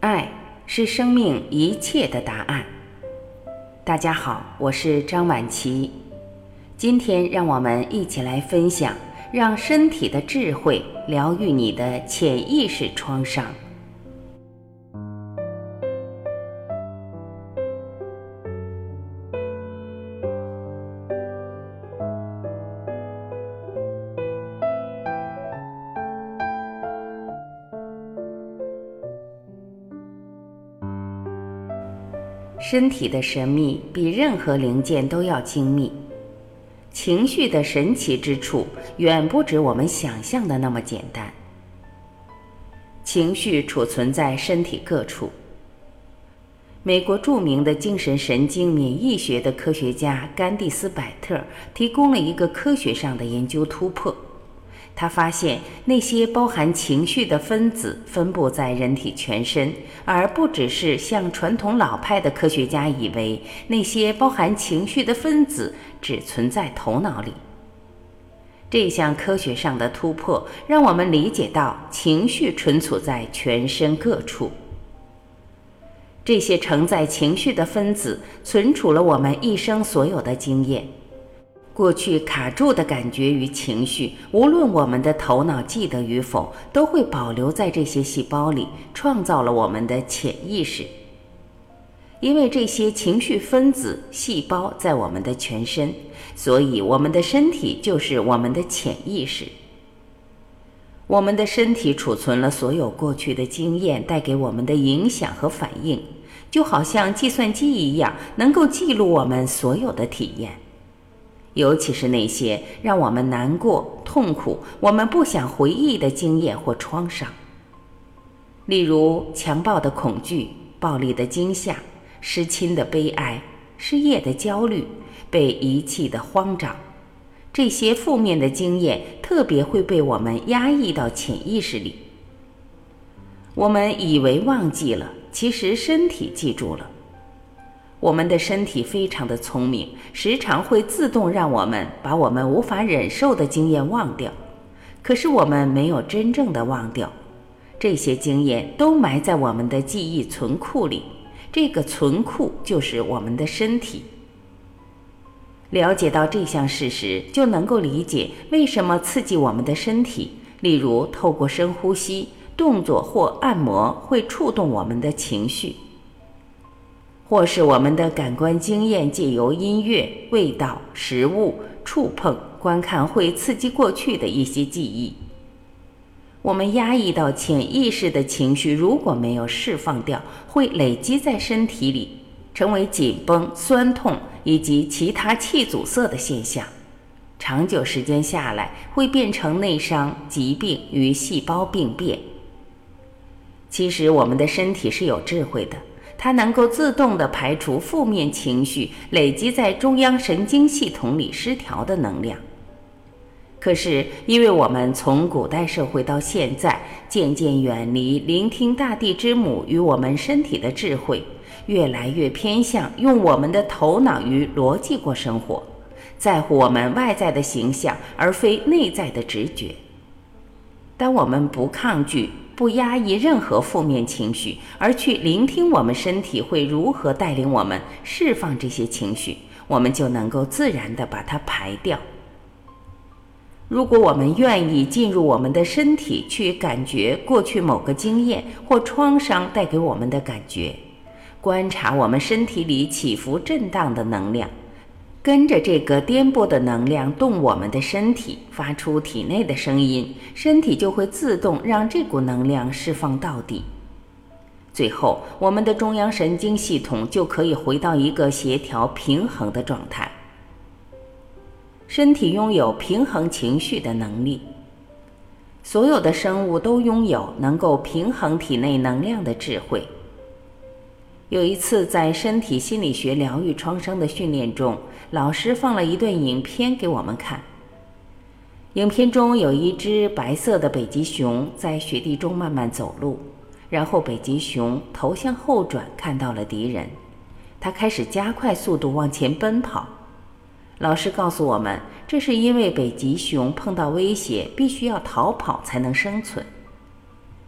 爱是生命一切的答案。大家好，我是张婉琪。今天让我们一起来分享，让身体的智慧疗愈你的潜意识创伤。身体的神秘比任何零件都要精密，情绪的神奇之处远不止我们想象的那么简单。情绪储存在身体各处。美国著名的精神神经免疫学的科学家甘蒂斯·百特提供了一个科学上的研究突破。他发现那些包含情绪的分子分布在人体全身，而不只是像传统老派的科学家以为那些包含情绪的分子只存在头脑里。这项科学上的突破让我们理解到情绪存储在全身各处。这些承载情绪的分子存储了我们一生所有的经验。过去卡住的感觉与情绪，无论我们的头脑记得与否，都会保留在这些细胞里，创造了我们的潜意识。因为这些情绪分子细胞在我们的全身，所以我们的身体就是我们的潜意识。我们的身体储存了所有过去的经验带给我们的影响和反应，就好像计算机一样，能够记录我们所有的体验。尤其是那些让我们难过、痛苦、我们不想回忆的经验或创伤，例如强暴的恐惧、暴力的惊吓、失亲的悲哀、失业的焦虑、被遗弃的慌张。这些负面的经验特别会被我们压抑到潜意识里。我们以为忘记了，其实身体记住了。我们的身体非常的聪明，时常会自动让我们把我们无法忍受的经验忘掉。可是我们没有真正的忘掉，这些经验都埋在我们的记忆存库里，这个存库就是我们的身体。了解到这项事实，就能够理解为什么刺激我们的身体，例如透过深呼吸、动作或按摩会触动我们的情绪。或是我们的感官经验借由音乐、味道、食物、触碰、观看会刺激过去的一些记忆。我们压抑到潜意识的情绪如果没有释放掉，会累积在身体里，成为紧绷、酸痛以及其他气阻塞的现象。长久时间下来，会变成内伤、疾病与细胞病变。其实我们的身体是有智慧的，它能够自动地排除负面情绪累积在中央神经系统里失调的能量。可是因为我们从古代社会到现在渐渐远离聆听大地之母与我们身体的智慧，越来越偏向用我们的头脑与逻辑过生活，在乎我们外在的形象而非内在的直觉。当我们不抗拒、不压抑任何负面情绪，而去聆听我们身体会如何带领我们释放这些情绪，我们就能够自然地把它排掉。如果我们愿意进入我们的身体去感觉过去某个经验或创伤带给我们的感觉，观察我们身体里起伏震荡的能量，跟着这个颠簸的能量动我们的身体，发出体内的声音，身体就会自动让这股能量释放到底。最后，我们的中央神经系统就可以回到一个协调平衡的状态。身体拥有平衡情绪的能力，所有的生物都拥有能够平衡体内能量的智慧。有一次在身体心理学疗愈创伤的训练中，老师放了一段影片给我们看。影片中有一只白色的北极熊在雪地中慢慢走路，然后北极熊头向后转，看到了敌人，它开始加快速度往前奔跑。老师告诉我们，这是因为北极熊碰到威胁，必须要逃跑才能生存。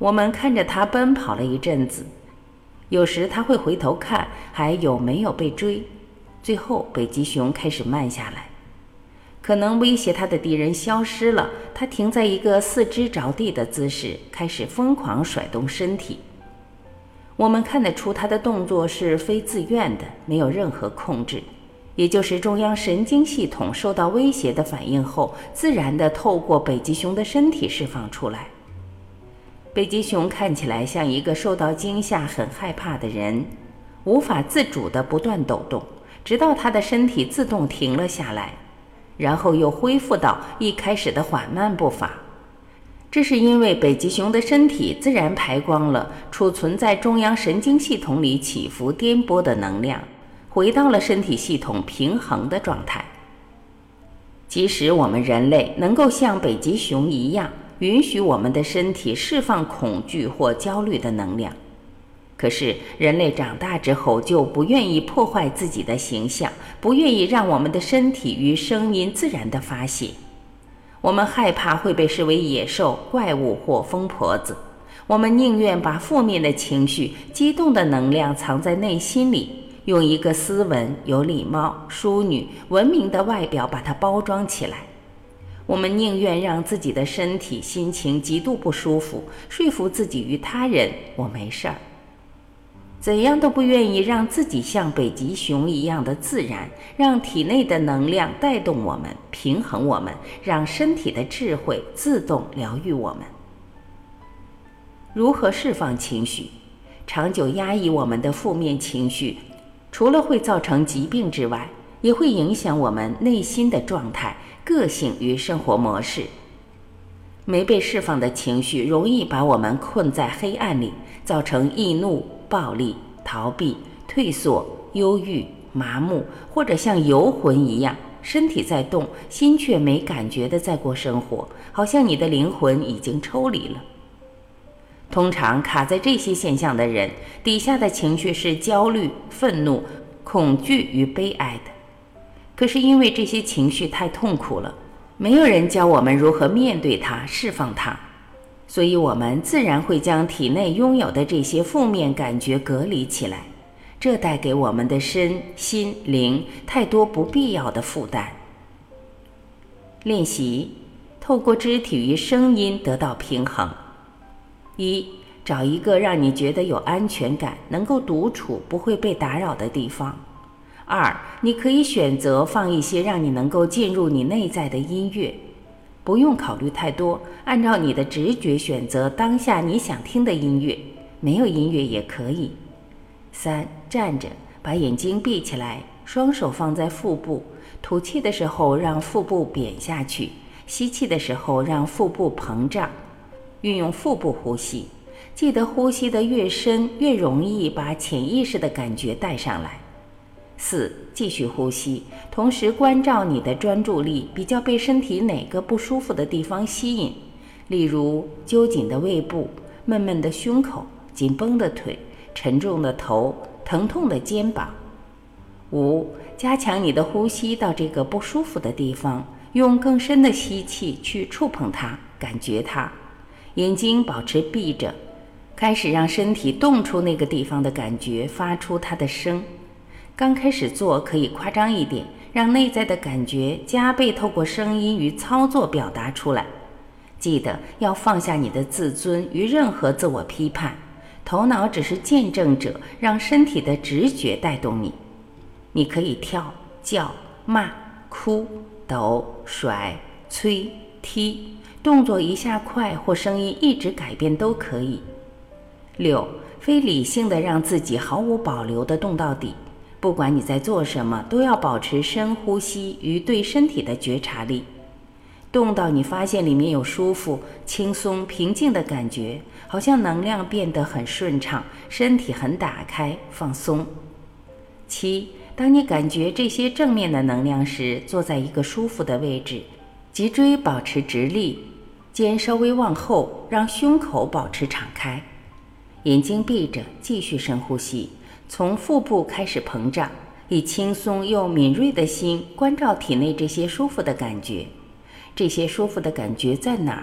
我们看着它奔跑了一阵子，有时它会回头看还有没有被追，最后北极熊开始慢下来，可能威胁它的敌人消失了，它停在一个四肢着地的姿势，开始疯狂甩动身体。我们看得出它的动作是非自愿的，没有任何控制，也就是中央神经系统受到威胁的反应后，自然地透过北极熊的身体释放出来。北极熊看起来像一个受到惊吓很害怕的人，无法自主地不断抖动，直到它的身体自动停了下来，然后又恢复到一开始的缓慢步伐。这是因为北极熊的身体自然排光了储存在中央神经系统里起伏颠簸的能量，回到了身体系统平衡的状态。即使我们人类能够像北极熊一样允许我们的身体释放恐惧或焦虑的能量，可是人类长大之后就不愿意破坏自己的形象，不愿意让我们的身体与声音自然地发泄。我们害怕会被视为野兽、怪物或疯婆子，我们宁愿把负面的情绪、激动的能量藏在内心里，用一个斯文、有礼貌、淑女、文明的外表把它包装起来。我们宁愿让自己的身体、心情极度不舒服，说服自己与他人我没事儿，怎样都不愿意让自己像北极熊一样的自然，让体内的能量带动我们，平衡我们，让身体的智慧自动疗愈我们。如何释放情绪？长久压抑我们的负面情绪，除了会造成疾病之外，也会影响我们内心的状态、个性与生活模式。没被释放的情绪容易把我们困在黑暗里，造成易怒、暴力、逃避、退缩、忧郁、麻木，或者像游魂一样，身体在动，心却没感觉的在过生活，好像你的灵魂已经抽离了。通常卡在这些现象的人，底下的情绪是焦虑、愤怒、恐惧与悲哀的。可是因为这些情绪太痛苦了，没有人教我们如何面对它、释放它，所以我们自然会将体内拥有的这些负面感觉隔离起来，这带给我们的身心灵太多不必要的负担。练习透过肢体与声音得到平衡。一，找一个让你觉得有安全感、能够独处、不会被打扰的地方。二，你可以选择放一些让你能够进入你内在的音乐，不用考虑太多，按照你的直觉选择当下你想听的音乐，没有音乐也可以。三，站着，把眼睛闭起来，双手放在腹部，吐气的时候让腹部扁下去，吸气的时候让腹部膨胀，运用腹部呼吸，记得呼吸的越深，越容易把潜意识的感觉带上来。四，继续呼吸，同时关照你的专注力比较被身体哪个不舒服的地方吸引，例如揪紧的胃部、闷闷的胸口、紧绷的腿、沉重的头、疼痛的肩膀。五，加强你的呼吸到这个不舒服的地方，用更深的吸气去触碰它，感觉它。眼睛保持闭着，开始让身体动出那个地方的感觉，发出它的声。刚开始做可以夸张一点，让内在的感觉加倍透过声音与操作表达出来。记得要放下你的自尊与任何自我批判，头脑只是见证者，让身体的直觉带动你。你可以跳、叫、骂、哭、抖、甩、催、踢，动作一下快或声音一直改变都可以。六，非理性的让自己毫无保留地动到底，不管你在做什么，都要保持深呼吸与对身体的觉察力，动到你发现里面有舒服、轻松、平静的感觉，好像能量变得很顺畅，身体很打开、放松。七，当你感觉这些正面的能量时，坐在一个舒服的位置，脊椎保持直立，肩稍微往后，让胸口保持敞开，眼睛闭着，继续深呼吸，从腹部开始膨胀，以轻松又敏锐的心关照体内这些舒服的感觉。这些舒服的感觉在哪儿？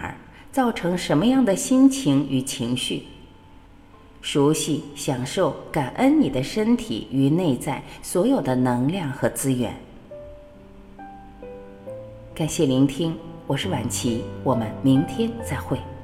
造成什么样的心情与情绪。熟悉、享受、感恩你的身体与内在所有的能量和资源。感谢聆听，我是婉琪，我们明天再会。